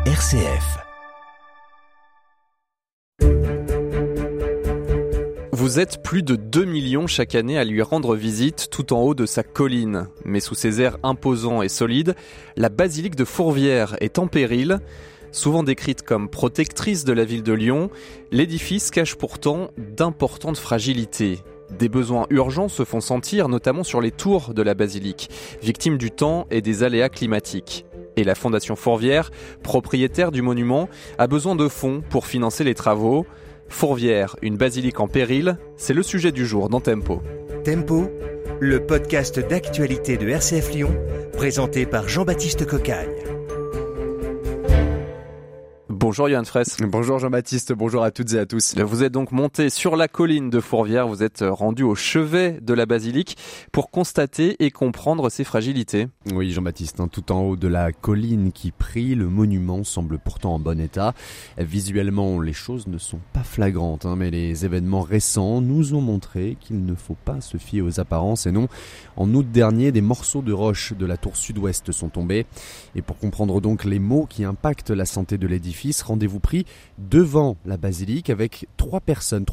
RCF. Vous êtes plus de 2 millions chaque année à lui rendre visite tout en haut de sa colline. Mais sous ses airs imposants et solides, la basilique de Fourvière est en péril. Souvent décrite comme protectrice de la ville de Lyon, l'édifice cache pourtant d'importantes fragilités. Des besoins urgents se font sentir, notamment sur les tours de la basilique, victimes du temps et des aléas climatiques. Et la Fondation Fourvière, propriétaire du monument, a besoin de fonds pour financer les travaux. Fourvière, une basilique en péril, c'est le sujet du jour dans Tempo. Tempo, le podcast d'actualité de RCF Lyon, présenté par Jean-Baptiste Cocagne. Bonjour Johan Fraisse. Bonjour Jean-Baptiste, bonjour à toutes et à tous. Vous êtes donc monté sur la colline de Fourvière, vous êtes rendu au chevet de la basilique pour constater et comprendre ses fragilités. Oui Jean-Baptiste, tout en haut de la colline qui prie, le monument semble pourtant en bon état. Visuellement, les choses ne sont pas flagrantes, mais les événements récents nous ont montré qu'il ne faut pas se fier aux apparences et non. En août dernier, des morceaux de roche de la tour sud-ouest sont tombés. Et pour comprendre donc les maux qui impactent la santé de l'édifice, rendez-vous pris devant la basilique avec trois personnes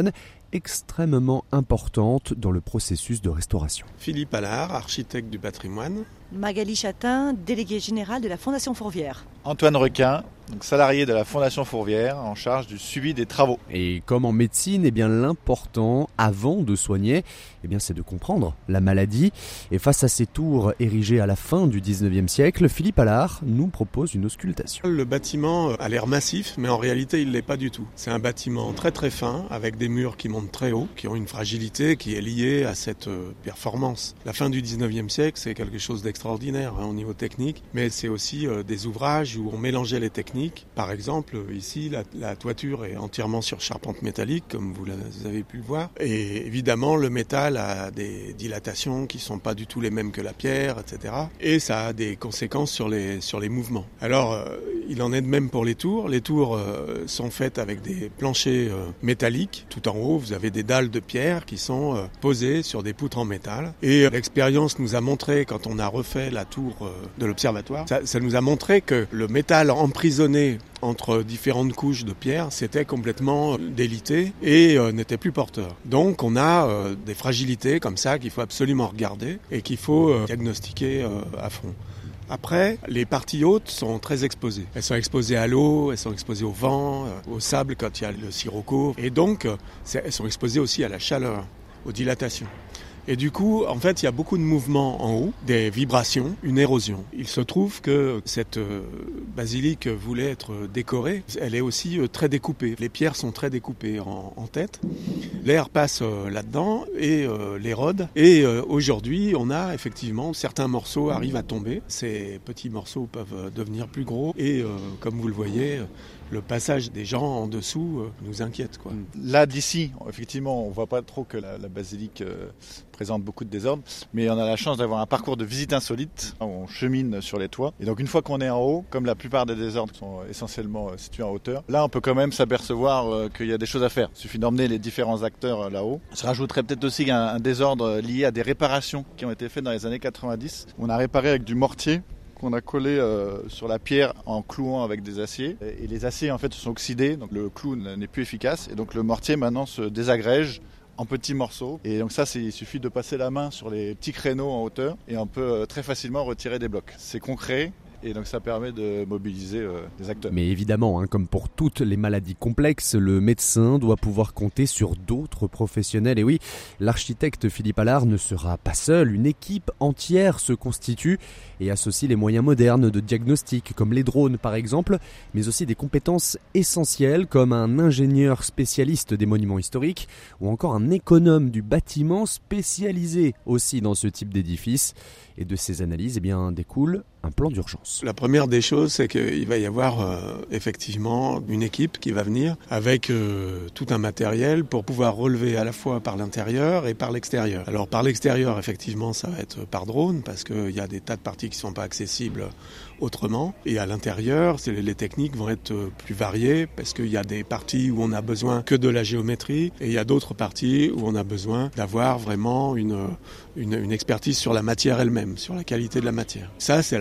extrêmement importantes dans le processus de restauration. Philippe Allard, architecte du patrimoine. Magali Chatin, déléguée générale de la Fondation Fourvière. Antoine Requin, salarié de la Fondation Fourvière, en charge du suivi des travaux. Et comme en médecine, l'important avant de soigner, c'est de comprendre la maladie. Et face à ces tours érigées à la fin du 19e siècle, Philippe Allard nous propose une auscultation. Le bâtiment a l'air massif, mais en réalité il ne l'est pas du tout. C'est un bâtiment très très fin, avec des murs qui montent très haut, qui ont une fragilité qui est liée à cette performance. La fin du 19e siècle, c'est quelque chose d'extraordinaire au niveau technique, mais c'est aussi des ouvrages où on mélangeait les techniques. Par exemple, ici, la toiture est entièrement sur charpente métallique, comme vous avez pu le voir. Et évidemment, le métal a des dilatations qui ne sont pas du tout les mêmes que la pierre, etc. Et ça a des conséquences sur les mouvements. Alors, il en est de même pour les tours. Les tours sont faites avec des planchers métalliques. Tout en haut, vous avez des dalles de pierre qui sont posées sur des poutres en métal. Et l'expérience nous a montré, quand on a refait la tour de l'observatoire, ça nous a montré que le métal emprisonné entre différentes couches de pierre, c'était complètement délité et n'était plus porteur. Donc on a des fragilités comme ça qu'il faut absolument regarder et qu'il faut diagnostiquer à fond. Après, les parties hautes sont très exposées. Elles sont exposées à l'eau, elles sont exposées au vent, au sable quand il y a le sirocco. Et donc, elles sont exposées aussi à la chaleur, aux dilatations. Et du coup, en fait, il y a beaucoup de mouvements en haut, des vibrations, une érosion. Il se trouve que cette basilique voulait être décorée. Elle est aussi très découpée. Les pierres sont très découpées en tête. L'air passe là-dedans et l'érode. Et aujourd'hui, on a effectivement, certains morceaux arrivent à tomber. Ces petits morceaux peuvent devenir plus gros. Et comme vous le voyez, le passage des gens en dessous nous inquiète, quoi. Là, d'ici, effectivement, on ne voit pas trop que la basilique présente beaucoup de désordre, mais on a la chance d'avoir un parcours de visite insolite où on chemine sur les toits. Et donc, une fois qu'on est en haut, comme la plupart des désordres sont essentiellement situés en hauteur, là, on peut quand même s'apercevoir qu'il y a des choses à faire. Il suffit d'emmener les différents acteurs là-haut. Je rajouterais peut-être aussi un désordre lié à des réparations qui ont été faites dans les années 90. On a réparé avec du mortier qu'on a collé sur la pierre en clouant avec des aciers. Et les aciers en fait se sont oxydés, donc le clou n'est plus efficace. Et donc le mortier maintenant se désagrège en petits morceaux. Et donc ça, il suffit de passer la main sur les petits créneaux en hauteur et on peut très facilement retirer des blocs. C'est concret. Et donc ça permet de mobiliser des acteurs. Mais évidemment, comme pour toutes les maladies complexes, le médecin doit pouvoir compter sur d'autres professionnels. Et oui, l'architecte Philippe Allard ne sera pas seul. Une équipe entière se constitue et associe les moyens modernes de diagnostic, comme les drones par exemple, mais aussi des compétences essentielles comme un ingénieur spécialiste des monuments historiques ou encore un économe du bâtiment spécialisé aussi dans ce type d'édifice. Et de ces analyses, découle un plan d'urgence. La première des choses, c'est qu'il va y avoir effectivement une équipe qui va venir avec tout un matériel pour pouvoir relever à la fois par l'intérieur et par l'extérieur. Alors par l'extérieur, effectivement, ça va être par drone parce qu'il y a des tas de parties qui ne sont pas accessibles autrement. Et à l'intérieur, les techniques vont être plus variées parce qu'il y a des parties où on a besoin que de la géométrie et il y a d'autres parties où on a besoin d'avoir vraiment une expertise sur la matière elle-même, sur la qualité de la matière. Ça, c'est la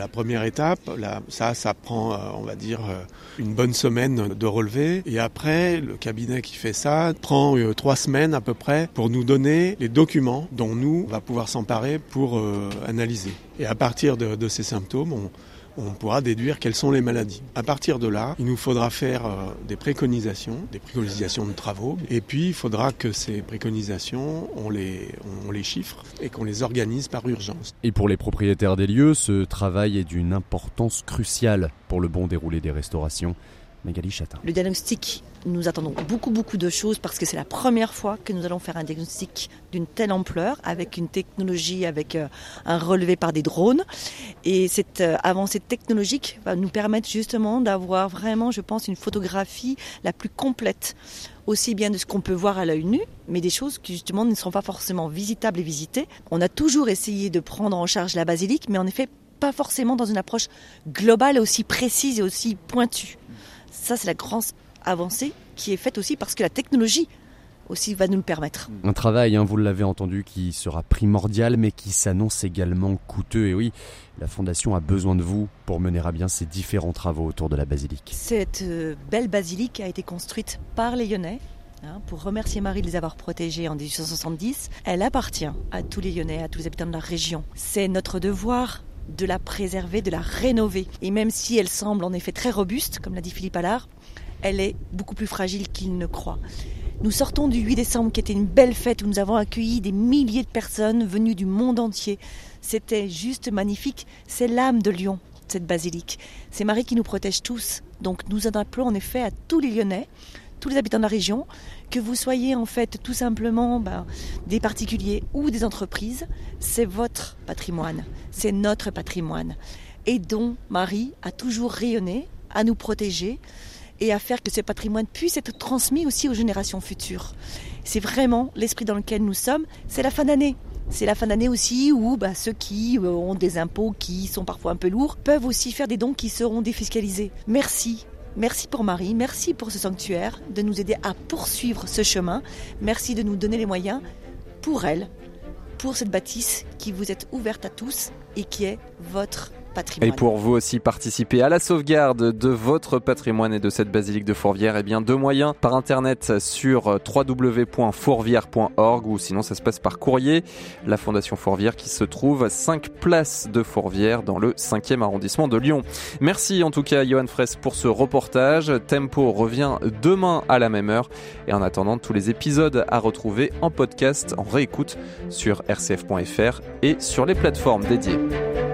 la première étape. Ça prend, on va dire, une bonne semaine de relevé. Et après, le cabinet qui fait ça prend 3 semaines à peu près pour nous donner les documents dont nous, on va pouvoir s'emparer pour analyser. Et à partir de ces symptômes, on pourra déduire quelles sont les maladies. À partir de là, il nous faudra faire des préconisations de travaux. Et puis, il faudra que ces préconisations, on les chiffre et qu'on les organise par urgence. Et pour les propriétaires des lieux, ce travail est d'une importance cruciale pour le bon déroulé des restaurations. Magali Chatin. Le diagnostic, nous attendons beaucoup de choses parce que c'est la première fois que nous allons faire un diagnostic d'une telle ampleur avec une technologie, avec un relevé par des drones. Et cette avancée technologique va nous permettre justement d'avoir vraiment, je pense, une photographie la plus complète. Aussi bien de ce qu'on peut voir à l'œil nu, mais des choses qui justement ne sont pas forcément visitables et visitées. On a toujours essayé de prendre en charge la basilique, mais en effet, pas forcément dans une approche globale aussi précise et aussi pointue. Ça, c'est la grande avancée qui est faite aussi parce que la technologie aussi va nous le permettre. Un travail, vous l'avez entendu, qui sera primordial, mais qui s'annonce également coûteux. Et oui, la Fondation a besoin de vous pour mener à bien ces différents travaux autour de la basilique. Cette belle basilique a été construite par les Lyonnais. Pour remercier Marie de les avoir protégés en 1870. Elle appartient à tous les Lyonnais, à tous les habitants de la région. C'est notre devoir de la préserver, de la rénover. Et même si elle semble en effet très robuste, comme l'a dit Philippe Allard, elle est beaucoup plus fragile qu'il ne croit. Nous sortons du 8 décembre qui était une belle fête où nous avons accueilli des milliers de personnes venues du monde entier. C'était juste magnifique. C'est l'âme de Lyon, cette basilique. C'est Marie qui nous protège tous. Donc nous en appelons en effet à tous les Lyonnais, tous les habitants de la région, que vous soyez en fait tout simplement des particuliers ou des entreprises, c'est votre patrimoine, c'est notre patrimoine. Et dont Marie a toujours rayonné, à nous protéger et à faire que ce patrimoine puisse être transmis aussi aux générations futures. C'est vraiment l'esprit dans lequel nous sommes, c'est la fin d'année. C'est la fin d'année aussi où ceux qui ont des impôts qui sont parfois un peu lourds peuvent aussi faire des dons qui seront défiscalisés. Merci. Merci pour Marie, merci pour ce sanctuaire, de nous aider à poursuivre ce chemin. Merci de nous donner les moyens pour elle, pour cette bâtisse qui vous est ouverte à tous et qui est votre patrimoine. Et pour vous aussi participer à la sauvegarde de votre patrimoine et de cette basilique de Fourvière, 2 moyens par internet sur www.fourvière.org ou sinon ça se passe par courrier. La Fondation Fourvière qui se trouve 5 places de Fourvière dans le 5e arrondissement de Lyon. Merci en tout cas Johan Fraisse pour ce reportage. Tempo revient demain à la même heure et en attendant tous les épisodes à retrouver en podcast, en réécoute sur rcf.fr et sur les plateformes dédiées.